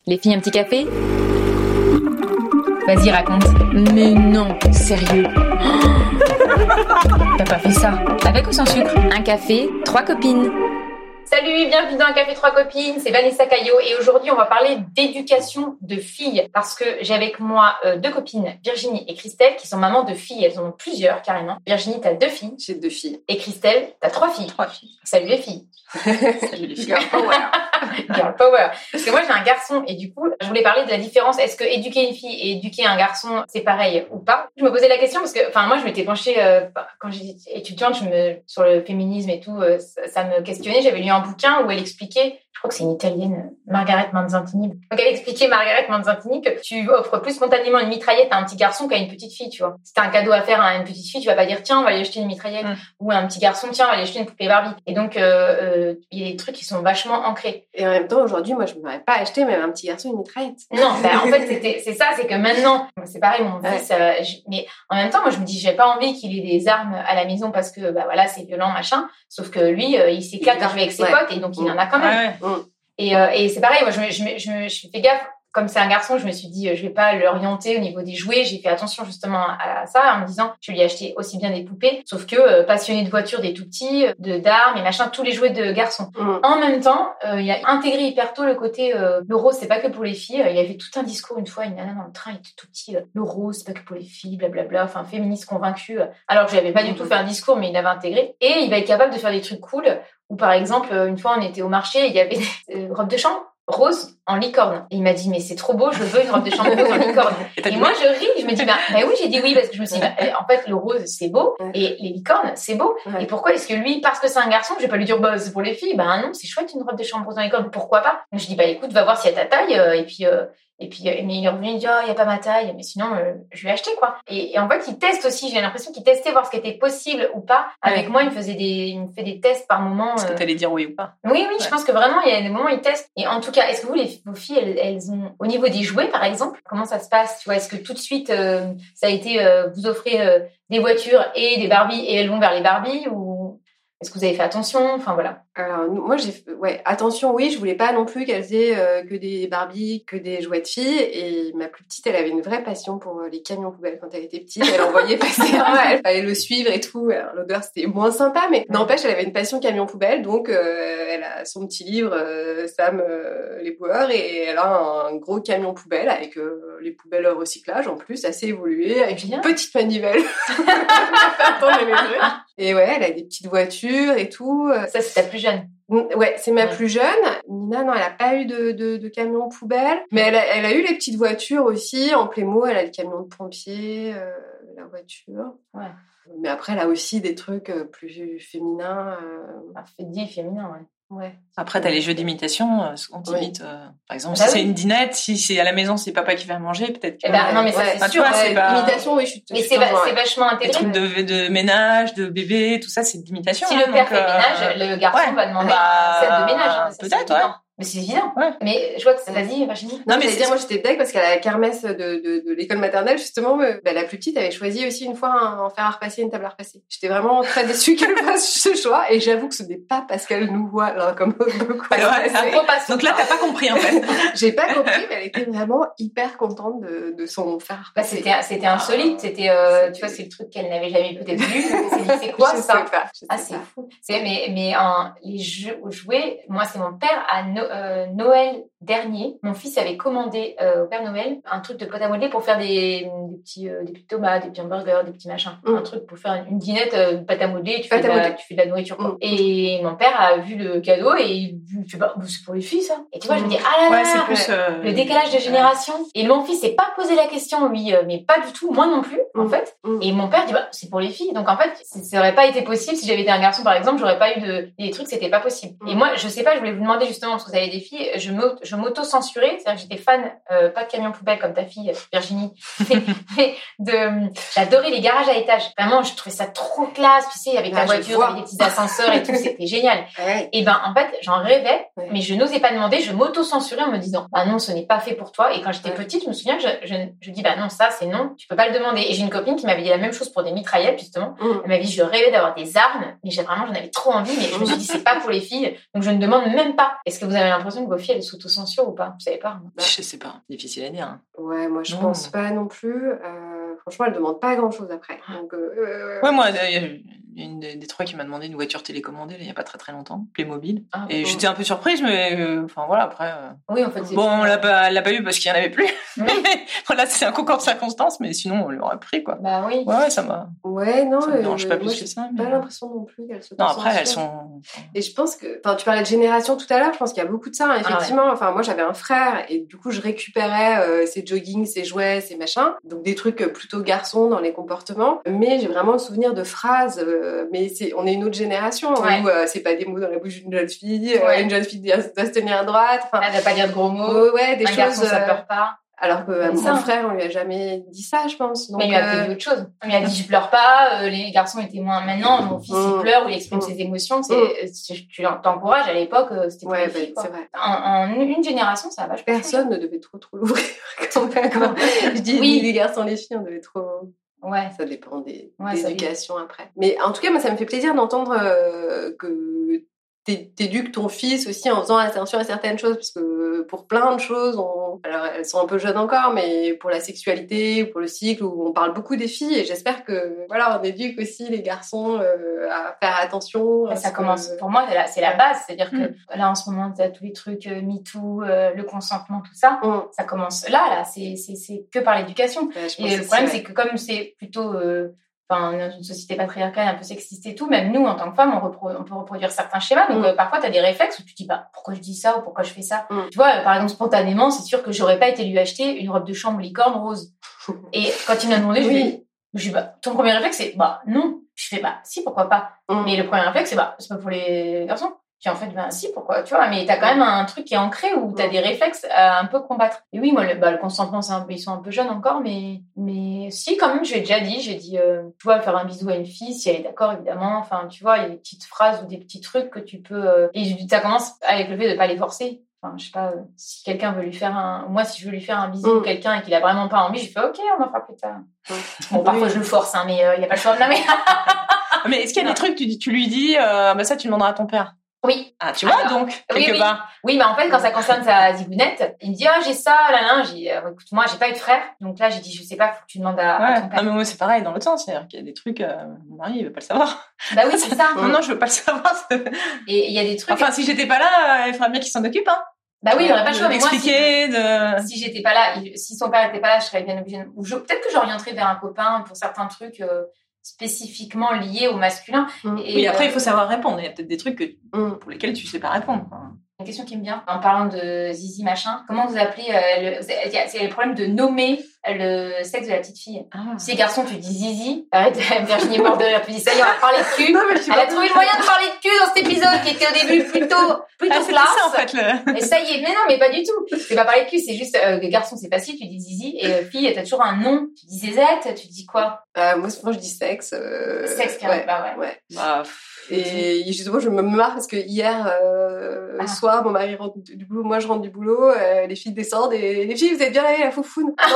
Les filles, un petit café? Vas-y, raconte. Mais non, sérieux. T'as pas fait ça? Avec ou sans sucre? Un café, 3 copines. Salut, bienvenue dans Un café 3 copines, c'est Vanessa Caillot et aujourd'hui on va parler d'éducation de filles parce que j'ai avec moi 2 copines, Virginie et Christelle, qui sont mamans de filles, elles en ont plusieurs carrément. Virginie, t'as 2 filles. J'ai 2 filles. Et Christelle, t'as 3 filles. 3 filles. Salut les filles. Salut les filles. Girl power. Girl power. Parce que moi j'ai un garçon et du coup je voulais parler de la différence. Est-ce que éduquer une fille et éduquer un garçon c'est pareil ou pas? Je me posais la question parce que moi je m'étais penchée quand j'étais étudiante sur le féminisme et tout, ça me questionnait. J'avais lu un bouquin où elle expliquait, je crois que c'est une italienne, Margaret Manzantini. Donc elle expliquait, Margaret Manzantini, que tu offres plus spontanément une mitraillette à un petit garçon qu'à une petite fille, tu vois. Si t'as un cadeau à faire à une petite fille, tu vas pas dire tiens on va lui acheter une mitraillette, ou à un petit garçon tiens on va lui acheter une poupée Barbie. Et donc il y a des trucs qui sont vachement ancrés. Et en même temps aujourd'hui moi je m'aurais pas acheté même un petit garçon une mitraillette. Non, en fait c'est que maintenant c'est pareil mon fils, mais en même temps moi je me dis j'ai pas envie qu'il ait des armes à la maison parce que voilà c'est violent machin. Sauf que lui il s'éclate à jouer avec ses potes et donc il en a quand même. Et c'est pareil, moi je fais gaffe. Comme c'est un garçon, je me suis dit, je vais pas l'orienter au niveau des jouets. J'ai fait attention justement à ça en me disant, je vais lui acheter aussi bien des poupées. Sauf que passionné de voitures des tout petits, d'armes et machin, tous les jouets de garçons. En même temps, il a intégré hyper tôt le côté, le rose, c'est pas que pour les filles. Il avait tout un discours une fois, une nana dans le train, il était tout petit. Le rose, c'est pas que pour les filles, blablabla. Enfin, féministe convaincu. Alors que je n'avais pas du tout fait un discours, mais il l'avait intégré. Et il va être capable de faire des trucs cool. Ou par exemple, une fois, on était au marché, il y avait des robes de chambre rose en licorne. Et il m'a dit, mais c'est trop beau, je veux une robe de chambre rose en licorne. Et moi, je ris, je me dis, bah oui, j'ai dit oui, parce que je me suis dit, en fait, le rose, c'est beau, et les licornes, c'est beau. Et pourquoi est-ce que lui, parce que c'est un garçon, je vais pas lui dire, bah, c'est pour les filles, bah non, c'est chouette une robe de chambre rose en licorne, pourquoi pas? Donc, je dis, bah écoute, va voir s'il y a ta taille, mais il est revenu, il dit, il y a pas ma taille, mais sinon, je vais acheter, quoi. Et en fait, il teste aussi, j'ai l'impression qu'il testait voir ce qui était possible ou pas. Avec moi, il me fait des tests par moment. Est-ce que t'allais dire oui ou pas? Oui, je pense que vraiment, il y a des moments où il teste. Et en tout cas, est-ce que vos filles, elles ont, au niveau des jouets, par exemple, comment ça se passe? Tu vois, est-ce que tout de suite, ça a été, vous offrez des voitures et des Barbies et elles vont vers les Barbies ou est-ce que vous avez fait attention? Enfin, voilà. Alors, moi, attention, oui, je voulais pas non plus qu'elles aient que des Barbies, que des jouets de filles. Et ma plus petite, elle avait une vraie passion pour les camions poubelles quand elle était petite. Elle envoyait passer, elle fallait le suivre et tout. Alors, l'odeur, c'était moins sympa, mais n'empêche, elle avait une passion camion poubelle. Donc, elle a son petit livre, Sam l'éboueur, et elle a un gros camion poubelle avec les poubelles recyclage en plus, assez évolué, avec une petite manivelle. Attendez les trucs. Et ouais, elle a des petites voitures et tout. Ça, c'est ta plus jeune. Ouais, c'est ma plus jeune. Nina, non, elle a pas eu de camion poubelle. Mais elle a eu les petites voitures aussi. En Plémo, elle a le camion de pompier, la voiture. Ouais. Mais après, elle a aussi des trucs plus féminins. Féminin, ouais. Ouais. Après, t'as les jeux d'imitation, on t'imite. Par exemple, si c'est une dinette, si c'est à la maison, c'est papa qui fait à manger, peut-être que... non, mais ça, c'est sûr. C'est pas... L'imitation, oui, mais c'est vachement intégré. Les trucs de ménage, de bébé, tout ça, c'est de l'imitation. Si le père fait ménage, le garçon va demander un set de ménage. Peut-être, ouais. Mais c'est évident. Ouais. Mais je vois que vas-y, Virginie. Non, mais c'est dire, moi j'étais deg parce qu'à la kermesse de l'école maternelle, justement, la plus petite avait choisi aussi une fois en fer à repasser, une table à repasser. J'étais vraiment très déçue qu'elle fasse ce choix et j'avoue que ce n'est pas parce qu'elle nous voit là comme beaucoup. Donc là, t'as pas compris en fait. J'ai pas compris, mais elle était vraiment hyper contente de son fer à repasser. C'était insolite. C'était, tu vois, c'est le truc qu'elle n'avait jamais peut-être vu. C'est quoi ça? C'est fou. Mais les jouets, moi c'est mon père à Noël dernier, mon fils avait commandé au Père Noël un truc de pâte à modeler pour faire des petites tomates, des petits hamburgers, des petits machins. Un truc pour faire une dinette pâte à modeler, tu fais de la nourriture. Quoi. Et mon père a vu le cadeau et il fait c'est pour les filles ça. Et tu vois, je me dis c'est plus le décalage de génération. Et mon fils s'est pas posé la question lui, mais pas du tout, moi non plus en fait. Et mon père dit c'est pour les filles. Donc en fait, ça aurait pas été possible si j'avais été un garçon par exemple, j'aurais pas eu des trucs, c'était pas possible. Et moi, je sais pas, je voulais vous demander justement parce que vous avez des filles, je m'auto-censurais, c'est-à-dire que j'étais fan, pas de camion poubelle comme ta fille Virginie, mais j'adorais les garages à étages. Vraiment, je trouvais ça trop classe, tu sais, avec la voiture, avec des petits ascenseurs et tout, c'était génial. Et en fait, j'en rêvais, mais je n'osais pas demander, je m'auto-censurais en me disant, non, ce n'est pas fait pour toi. Et quand j'étais petite, je me souviens que je dis, non, ça, c'est non, tu peux pas le demander. Et j'ai une copine qui m'avait dit la même chose pour des mitraillettes, justement. Elle m'avait dit, je rêvais d'avoir des armes, mais j'en avais trop envie, mais je me suis dit, c'est pas pour les filles, donc je ne demande même pas. Est-ce que vous avez l'impression que vos filles, elles s'auto-censurent censure ou pas? Vous savez pas? Je sais pas, difficile à dire. Hein. Ouais, moi je pense pas non plus. Franchement, elle demande pas grand chose après. Donc, ouais, moi, il y a une des trois qui m'a demandé une voiture télécommandée il y a pas très longtemps, Playmobil. Et j'étais un peu surprise, mais enfin voilà, après. Oui, en fait. Bon, on l'a pas eu parce qu'il y en avait plus. Oui. Mais voilà, c'est un concours de circonstances, mais sinon on l'aurait pris quoi. Bah oui. Ouais, ça m'a. Ouais, non. Ça me dérange pas plus que ça. J'ai pas l'impression non plus qu'elles se. Non, après elles sont. Et je pense que, enfin, tu parlais de génération tout à l'heure. Je pense qu'il y a beaucoup de ça, hein, effectivement. Enfin, moi j'avais un frère et du coup je récupérais ses joggings, ses jouets, ses machins. Donc des trucs plutôt garçons dans les comportements. Mais j'ai vraiment le souvenir de phrases. Mais on est une autre génération où c'est pas des mots dans la bouche d'une jeune fille. Une jeune fille doit se tenir à droite. Enfin, elle doit pas dire de gros mots. Ouais, des un choses. Garçon, ça pleure pas. Alors que mon frère, on lui a jamais dit ça, je pense. Donc, mais il lui a peut-être dit autre chose. On lui a dit je pleure pas. Les garçons étaient moins. Maintenant, mon fils il pleure ou il exprime ses émotions. Tu t'encourages. À l'époque, c'était pour les filles, quoi. C'est vrai. En une génération, ça va. Personne ne devait trop l'ouvrir. Quand même. Je dis les garçons, les filles, on devait trop. Ouais. Ça dépend des éducations après. Mais en tout cas, moi, ça me fait plaisir d'entendre que t'éduques ton fils aussi en faisant attention à certaines choses, parce que pour plein de choses, alors elles sont un peu jeunes encore, mais pour la sexualité, pour le cycle, où on parle beaucoup des filles, et j'espère que voilà, on éduque aussi les garçons à faire attention. Ça commence, pour moi, c'est la base, c'est-à-dire que là en ce moment, t'as tous les trucs MeToo, le consentement, tout ça, ça commence là, c'est que par l'éducation. Et le problème, c'est que comme c'est plutôt dans une société patriarcale un peu sexiste et tout, même nous, en tant que femmes, on peut reproduire certains schémas. Donc, parfois, tu as des réflexes où tu te dis, pourquoi je dis ça ou pourquoi je fais ça. Tu vois, par exemple, spontanément, c'est sûr que j'aurais pas été lui acheter une robe de chambre licorne rose. Et quand il m'a demandé, je lui dis, ton premier réflexe, c'est, non. Je fais, si, pourquoi pas. Mais le premier réflexe, c'est pas pour les garçons. Puis en fait, si, pourquoi, tu vois, mais t'as quand même un truc qui est ancré où t'as des réflexes à un peu combattre. Et oui, moi, le consentement, ils sont un peu jeunes encore, mais si, quand même, j'ai dit, tu vois, faire un bisou à une fille, si elle est d'accord, évidemment, enfin, tu vois, il y a des petites phrases ou des petits trucs que tu peux, et ça commence avec le fait de pas les forcer. Enfin, je sais pas, si quelqu'un veut lui faire moi, si je veux lui faire un bisou à quelqu'un et qu'il a vraiment pas envie, je fais, ok, on en fera plus tard. Bon, parfois, je le force, hein, mais il y a pas le choix. Non, mais est-ce qu'il y a des trucs, tu lui dis, ça, tu demanderas à ton père? Oui. Ah, tu vois, donc, quelque part. Oui, mais en fait, quand ça concerne sa zigounette, il me dit, j'ai ça, là. J'ai dit, écoute, moi, j'ai pas eu de frère. Donc là, j'ai dit, je sais pas, faut que tu demandes à ton père. Non, mais moi, c'est pareil dans l'autre sens. C'est-à-dire qu'il y a des trucs, mon mari, il veut pas le savoir. Bah oui, c'est ça. Non, je veux pas le savoir. Et il y a des trucs. Enfin, si j'étais pas là, il faudrait bien qu'il s'en occupe, hein. Bah oui, il aurait pas le choix. Mais moi, si j'étais pas là, si son père était pas là, je serais bien obligée. Peut-être que j'orienterais vers un copain pour certains trucs, spécifiquement liés au masculin. Et après, il faut savoir répondre. Il y a peut-être des trucs pour lesquels tu sais pas répondre. Une question qui me vient, en parlant de zizi machin, comment vous appelez c'est le problème de nommer le sexe de la petite fille. Si les garçons, tu dis zizi, arrête, Virginie est morte de rire, tu dis ça y est, on va parler de cul. Non, elle a trouvé le moyen de parler de cul dans cet épisode qui était au début plutôt classe. Ça, en fait, Et ça y est, mais non, mais pas du tout. C'est pas parler de cul, c'est juste, garçon, c'est facile, tu dis zizi, et fille, t'as toujours un nom. Tu dis zézette, tu dis quoi? Moi, souvent, je dis sexe. Sexe, carrément, ouais. Et justement, je me marre parce que hier soir, mon mari rentre du boulot, moi je rentre du boulot, les filles descendent et les filles, vous êtes bien allées la foufoune. Non.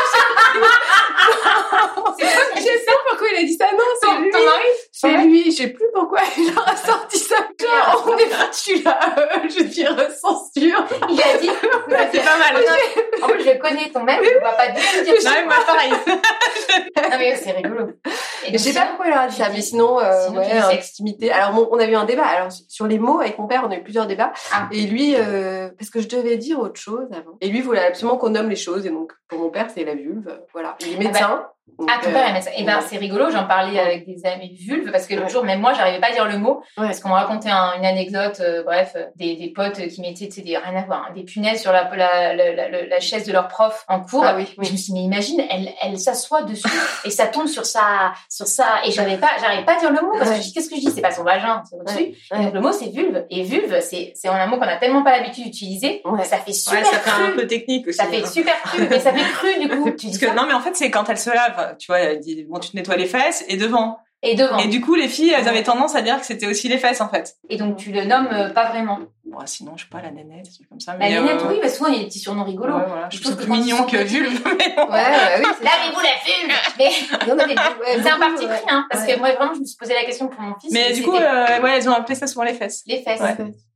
C'est quoi, je sais pas pourquoi il a dit ça. Non, c'est lui. Ton mari? C'est lui. Je sais plus pourquoi il leur a sorti ça. Genre, on est battu là. Je veux dire, censure. Il a dit. C'est pas mal. En plus, je connais ton mec. On va pas du tout dire ça. Non, mais moi, pareil. Non, mais c'est rigolo. Je sais pas pourquoi il leur a dit ça, mais sinon intimité. Alors, on a eu un débat. Alors, sur les mots, avec mon père, on a eu plusieurs débats. Et lui, parce que je devais dire autre chose avant. Et lui voulait absolument qu'on nomme les choses. Et donc, pour mon père, c'est la vulve. Voilà. Il est médecin. Donc, ton père est médecin. Et c'est rigolo, j'en parlais avec des amis vulves, parce que l'autre jour, même moi, j'arrivais pas à dire le mot, parce qu'on m'a raconté une anecdote, des potes qui mettaient, rien à voir, des punaises sur la chaise de leur prof en cours. Je me suis dit, mais imagine, elle s'assoit dessus, et ça tombe sur ça, et j'arrivais pas à dire le mot, parce que je dis, qu'est-ce que je dis? C'est pas son vagin, c'est au-dessus. Et donc, le mot, c'est vulve. Et vulve, c'est un mot qu'on a tellement pas l'habitude d'utiliser, ça fait super cru. Ça fait un peu technique aussi. Ça fait super cru, mais ça fait cru, du coup. Non, mais en fait, c'est quand elle se lave, tu vois, elle dit, tu te nettoies les fesses et devant. Et du coup, les filles, elles avaient tendance à dire que c'était aussi les fesses, en fait. Et donc, tu le nommes pas vraiment. Bon, sinon, je sais pas, la nénette, des trucs comme ça. Mais la nénette, oui, souvent, il y a des petits surnoms rigolos. Ouais, voilà. Je trouve plus mignon que vulve. Oui. Lavez-vous la vulve! Mais, c'est un parti pris, hein. Parce que moi, vraiment, je me suis posé la question pour mon fils. Mais du coup, elles ont appelé ça souvent les fesses. Les fesses. Ouais.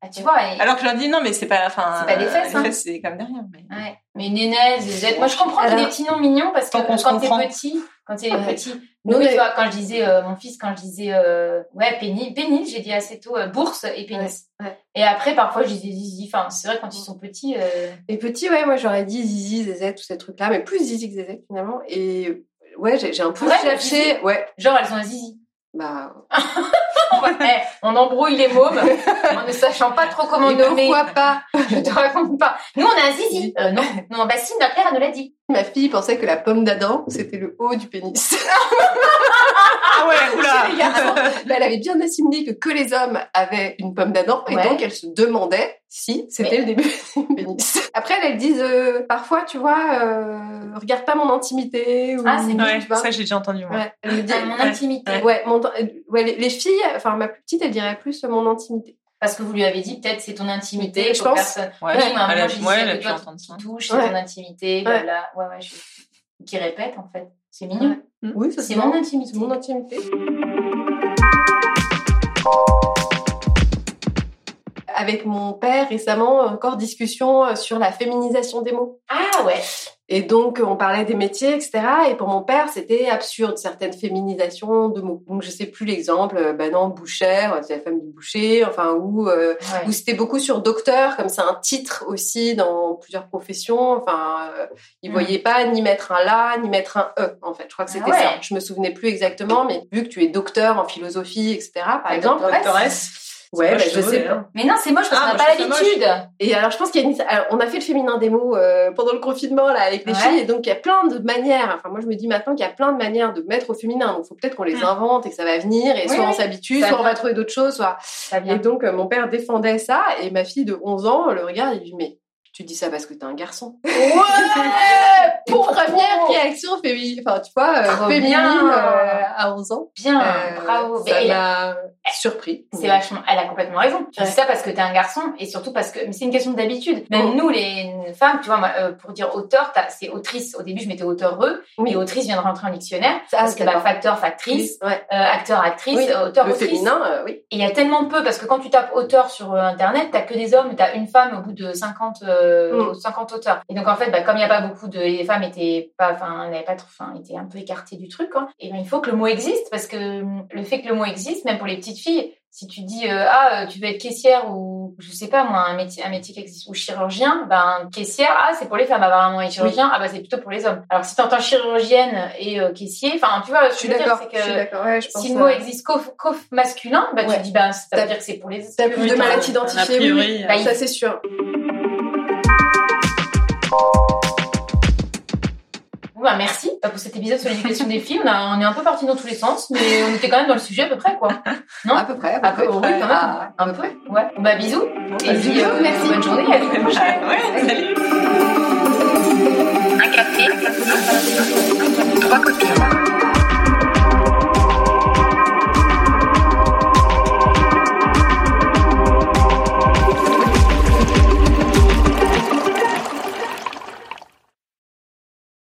tu vois. Alors que je leur dis non, mais c'est pas, c'est pas des fesses. Les fesses, c'est comme derrière. Mais... Ouais. Mais nénèse, zézette. Moi, je comprends qu'il y ait des petits noms mignons parce que quand t'es petit, nous, tu vois, quand je disais, mon fils, pénis, j'ai dit assez tôt, bourse et pénis. Ouais. Et après, parfois, je disais zizi. Enfin, c'est vrai, quand ils sont petits. Les petits, moi, j'aurais dit zizi, zézette, tous ces trucs-là, mais plus zizi que zézette, finalement. Et ouais, j'ai un peu cherché. Ouais. Genre, elles ont un zizi. Bah. On embrouille les mômes en ne sachant pas trop comment nommer. Pourquoi pas? Je te raconte pas. Nous, on a un zizi. Non, bah si, notre mère, elle nous l'a dit. Ma fille pensait que la pomme d'Adam, c'était le haut du pénis. Ah ouais, oula. Elle avait bien assimilé que les hommes avaient une pomme d'Adam, et donc elle se demandait si c'était le début du pénis. Après, elles disent parfois, tu vois, regarde pas mon intimité. Ou, c'est bien, tu vois. Ça, j'ai déjà entendu, moi. Ouais. Elle me dit mon intimité. Les filles, enfin, ma plus petite, elle dirait plus mon intimité. Parce que vous lui avez dit, peut-être, c'est ton intimité. Je pense. Personne... Ouais, moi, je disais elle a pu toi entendre ça. qui touche, c'est ton intimité, blabla. Qui répète, en fait. C'est mignon. Oui, ça, c'est mon intimité. C'est mon intimité. Avec mon père, récemment, encore discussion sur la féminisation des mots. Ah ouais. Et donc, on parlait des métiers, etc. Et pour mon père, c'était absurde, certaines féminisations de mots. Donc, je sais plus l'exemple. Bouchère, c'est la femme du boucher. Enfin, ou c'était beaucoup sur docteur, comme c'est un titre aussi dans plusieurs professions. Enfin, ils voyaient pas ni mettre un la, ni mettre un e, en fait. Je crois que c'était ça. Je me souvenais plus exactement, mais vu que tu es docteur en philosophie, etc., par exemple. Doctoresse. Ouais, je sais pas. Mais non, c'est moche parce qu'on n'a pas l'habitude. Et alors, je pense qu'il y a alors, on a fait le féminin des mots pendant le confinement là avec les filles, et donc il y a plein de manières. Enfin, moi, je me dis maintenant qu'il y a plein de manières de mettre au féminin. Donc, faut peut-être qu'on les invente et que ça va venir, et soit on s'habitue, soit on va trouver d'autres choses, soit. Et donc, mon père défendait ça, et ma fille de 11 ans le regarde et lui dit mais tu dis ça parce que t'es un garçon. Ouais. Pour première réaction féminine, enfin tu vois, féminine à 11 ans. Bien, bravo. Ça m'a surpris. C'est vachement. Elle a complètement raison. Tu dis ça parce que t'es un garçon et surtout parce que mais c'est une question d'habitude. Même nous les femmes, tu vois, moi, pour dire auteur, c'est autrice. Au début, je mettais auteureux et autrice vient de rentrer en dictionnaire parce que facteur, factrice, acteur, actrice, auteur, le autrice. Féminin, Et il y a tellement peu parce que quand tu tapes auteur sur internet, t'as que des hommes, t'as une femme au bout de 50 auteurs. Et donc en fait, comme il n'y a pas beaucoup de, les femmes étaient un peu écartées du truc, hein. Et il faut que le mot existe parce que le fait que le mot existe, même pour les petites filles, si tu dis tu veux être caissière ou je sais pas moi un métier qui existe ou chirurgien, caissière c'est pour les femmes apparemment et chirurgien c'est plutôt pour les hommes. Alors si t'entends chirurgienne et caissier, enfin tu vois, je suis d'accord. Si le mot existe qu'au masculin, tu dis ça veut dire que c'est pour les. T'as plus de mal à t'identifier. Ça c'est sûr. Merci pour cet épisode sur l'éducation des filles. On est un peu partis dans tous les sens, mais on était quand même dans le sujet à peu près, quoi. Non ? À peu près. Oui, quand même. Un peu. Ouais. Bisous. Et puis, merci. Bonne journée. À la prochaine. Salut.